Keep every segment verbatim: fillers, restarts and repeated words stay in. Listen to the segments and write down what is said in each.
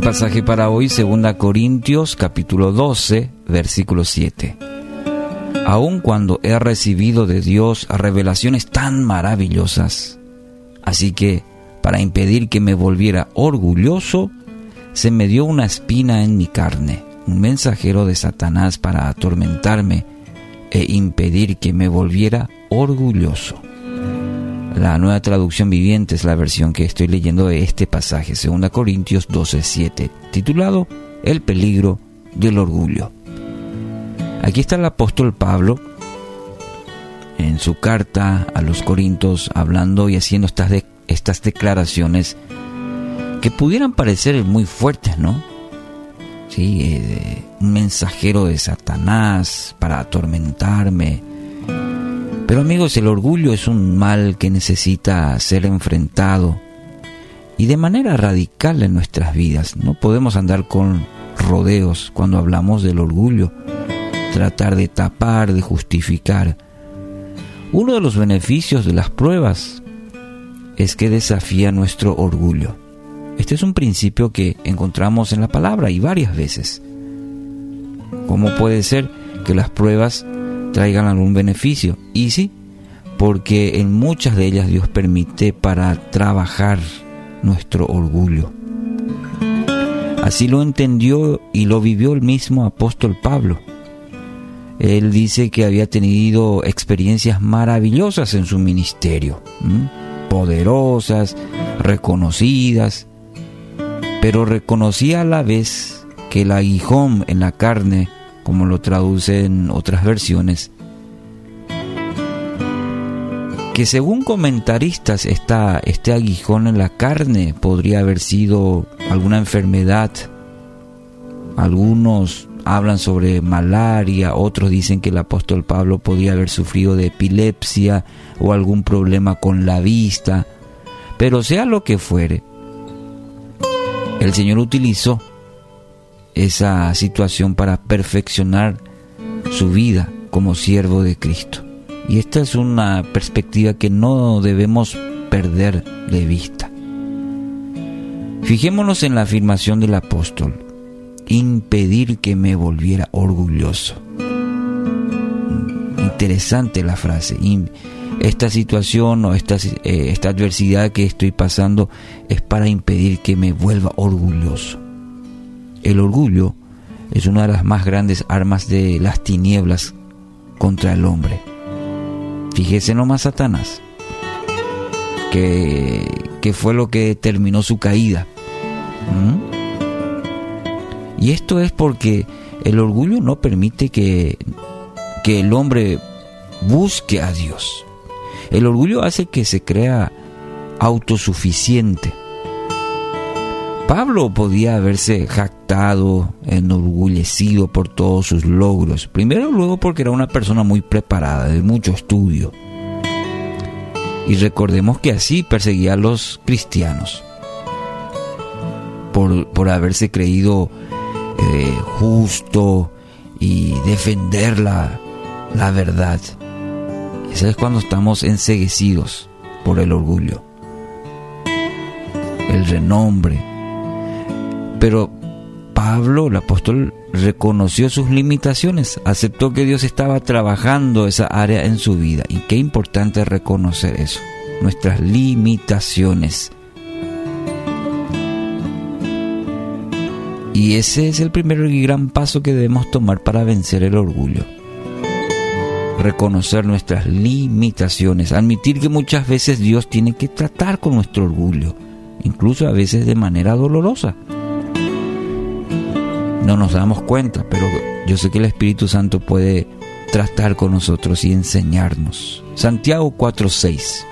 pasaje para hoy, segunda Corintios, capítulo doce, versículo siete. Aun cuando he recibido de Dios revelaciones tan maravillosas, así que para impedir que me volviera orgulloso, se me dio una espina en mi carne, un mensajero de Satanás para atormentarme e impedir que me volviera orgulloso. La Nueva Traducción Viviente es la versión que estoy leyendo de este pasaje, segunda Corintios doce, siete, titulado El peligro del orgullo. Aquí está el apóstol Pablo en su carta a los Corintios, hablando y haciendo estas, de, estas declaraciones que pudieran parecer muy fuertes, ¿no? Sí, eh, un mensajero de Satanás para atormentarme. Pero amigos, el orgullo es un mal que necesita ser enfrentado y de manera radical en nuestras vidas. No podemos andar con rodeos cuando hablamos del orgullo, tratar de tapar, de justificar. Uno de los beneficios de las pruebas es que desafía nuestro orgullo. Este es un principio que encontramos en la palabra y varias veces. ¿Cómo puede ser que las pruebas traigan algún beneficio? Y sí, porque en muchas de ellas Dios permite para trabajar nuestro orgullo. Así lo entendió y lo vivió el mismo apóstol Pablo. Él dice que había tenido experiencias maravillosas en su ministerio, ¿m? poderosas, reconocidas, pero reconocía a la vez que el aguijón en la carne, como lo traducen otras versiones, que según comentaristas esta, este aguijón en la carne podría haber sido alguna enfermedad. Algunos hablan sobre malaria, otros dicen que el apóstol Pablo podía haber sufrido de epilepsia o algún problema con la vista. Pero sea lo que fuere, el Señor utilizó esa situación para perfeccionar su vida como siervo de Cristo. Y esta es una perspectiva que no debemos perder de vista. Fijémonos en la afirmación del apóstol: impedir que me volviera orgulloso. Interesante la frase. Esta situación o esta, eh, esta adversidad que estoy pasando es para impedir que me vuelva orgulloso. El orgullo es una de las más grandes armas de las tinieblas contra el hombre. Fíjese nomás Satanás, que, que fue lo que determinó su caída. ¿Mm? Y esto es porque el orgullo no permite que, que el hombre busque a Dios. El orgullo hace que se crea autosuficiente. Pablo podía haberse jactado, enorgullecido por todos sus logros. Primero, luego porque era una persona muy preparada, de mucho estudio. Y recordemos que así perseguía a los cristianos. Por, por haberse creído eh, justo y defender la, la verdad. Eso es cuando estamos enceguecidos por el orgullo, el renombre. Pero Pablo, el apóstol, reconoció sus limitaciones, aceptó que Dios estaba trabajando esa área en su vida. Y qué importante reconocer eso, nuestras limitaciones. Y ese es el primer y gran paso que debemos tomar para vencer el orgullo. Reconocer nuestras limitaciones, admitir que muchas veces Dios tiene que tratar con nuestro orgullo, incluso a veces de manera dolorosa. No nos damos cuenta, pero yo sé que el Espíritu Santo puede tratar con nosotros y enseñarnos. Santiago cuatro seis.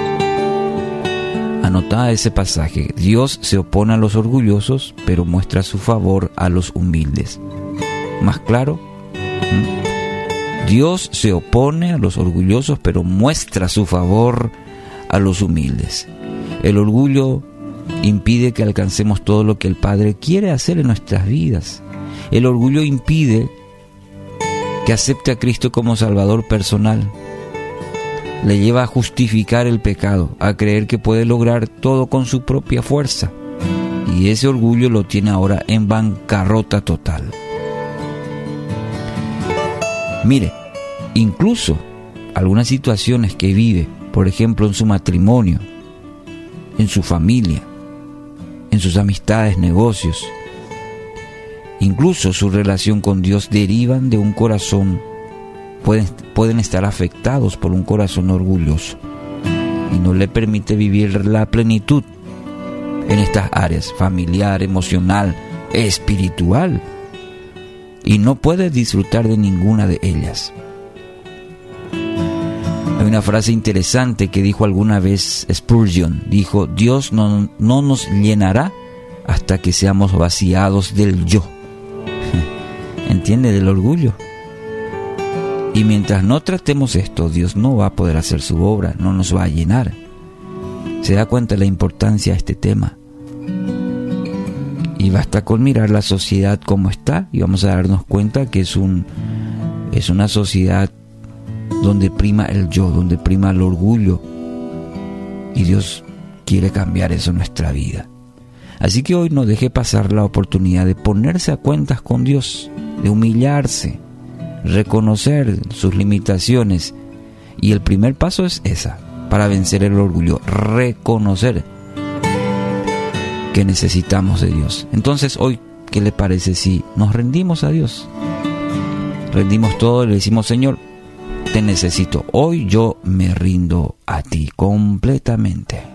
Anotad ese pasaje. Dios se opone a los orgullosos, pero muestra su favor a los humildes. ¿Más claro? ¿Mm? Dios se opone a los orgullosos, pero muestra su favor a los humildes. El orgullo impide que alcancemos todo lo que el Padre quiere hacer en nuestras vidas. El orgullo impide que acepte a Cristo como Salvador personal. Le lleva a justificar el pecado, a creer que puede lograr todo con su propia fuerza. Y ese orgullo lo tiene ahora en bancarrota total. Mire, incluso algunas situaciones que vive, por ejemplo en su matrimonio, en su familia, en sus amistades, negocios, incluso su relación con Dios, derivan de un corazón, pueden, pueden estar afectados por un corazón orgulloso y no le permite vivir la plenitud en estas áreas, familiar, emocional, espiritual, y no puede disfrutar de ninguna de ellas. Hay una frase interesante que dijo alguna vez Spurgeon. Dijo: Dios no, no nos llenará hasta que seamos vaciados del yo. ¿Entiende? Del orgullo. Y mientras no tratemos esto, Dios no va a poder hacer su obra, no nos va a llenar. ¿Se da cuenta de la importancia de este tema? Y basta con mirar la sociedad como está y vamos a darnos cuenta que es un es una sociedad donde prima el yo, donde prima el orgullo, y Dios quiere cambiar eso en nuestra vida. Así que hoy no deje pasar la oportunidad de ponerse a cuentas con Dios, de humillarse, reconocer sus limitaciones, y el primer paso es esa, para vencer el orgullo, reconocer que necesitamos de Dios. Entonces hoy, ¿qué le parece si nos rendimos a Dios? Rendimos todo y le decimos: Señor, te necesito. Hoy yo me rindo a ti completamente.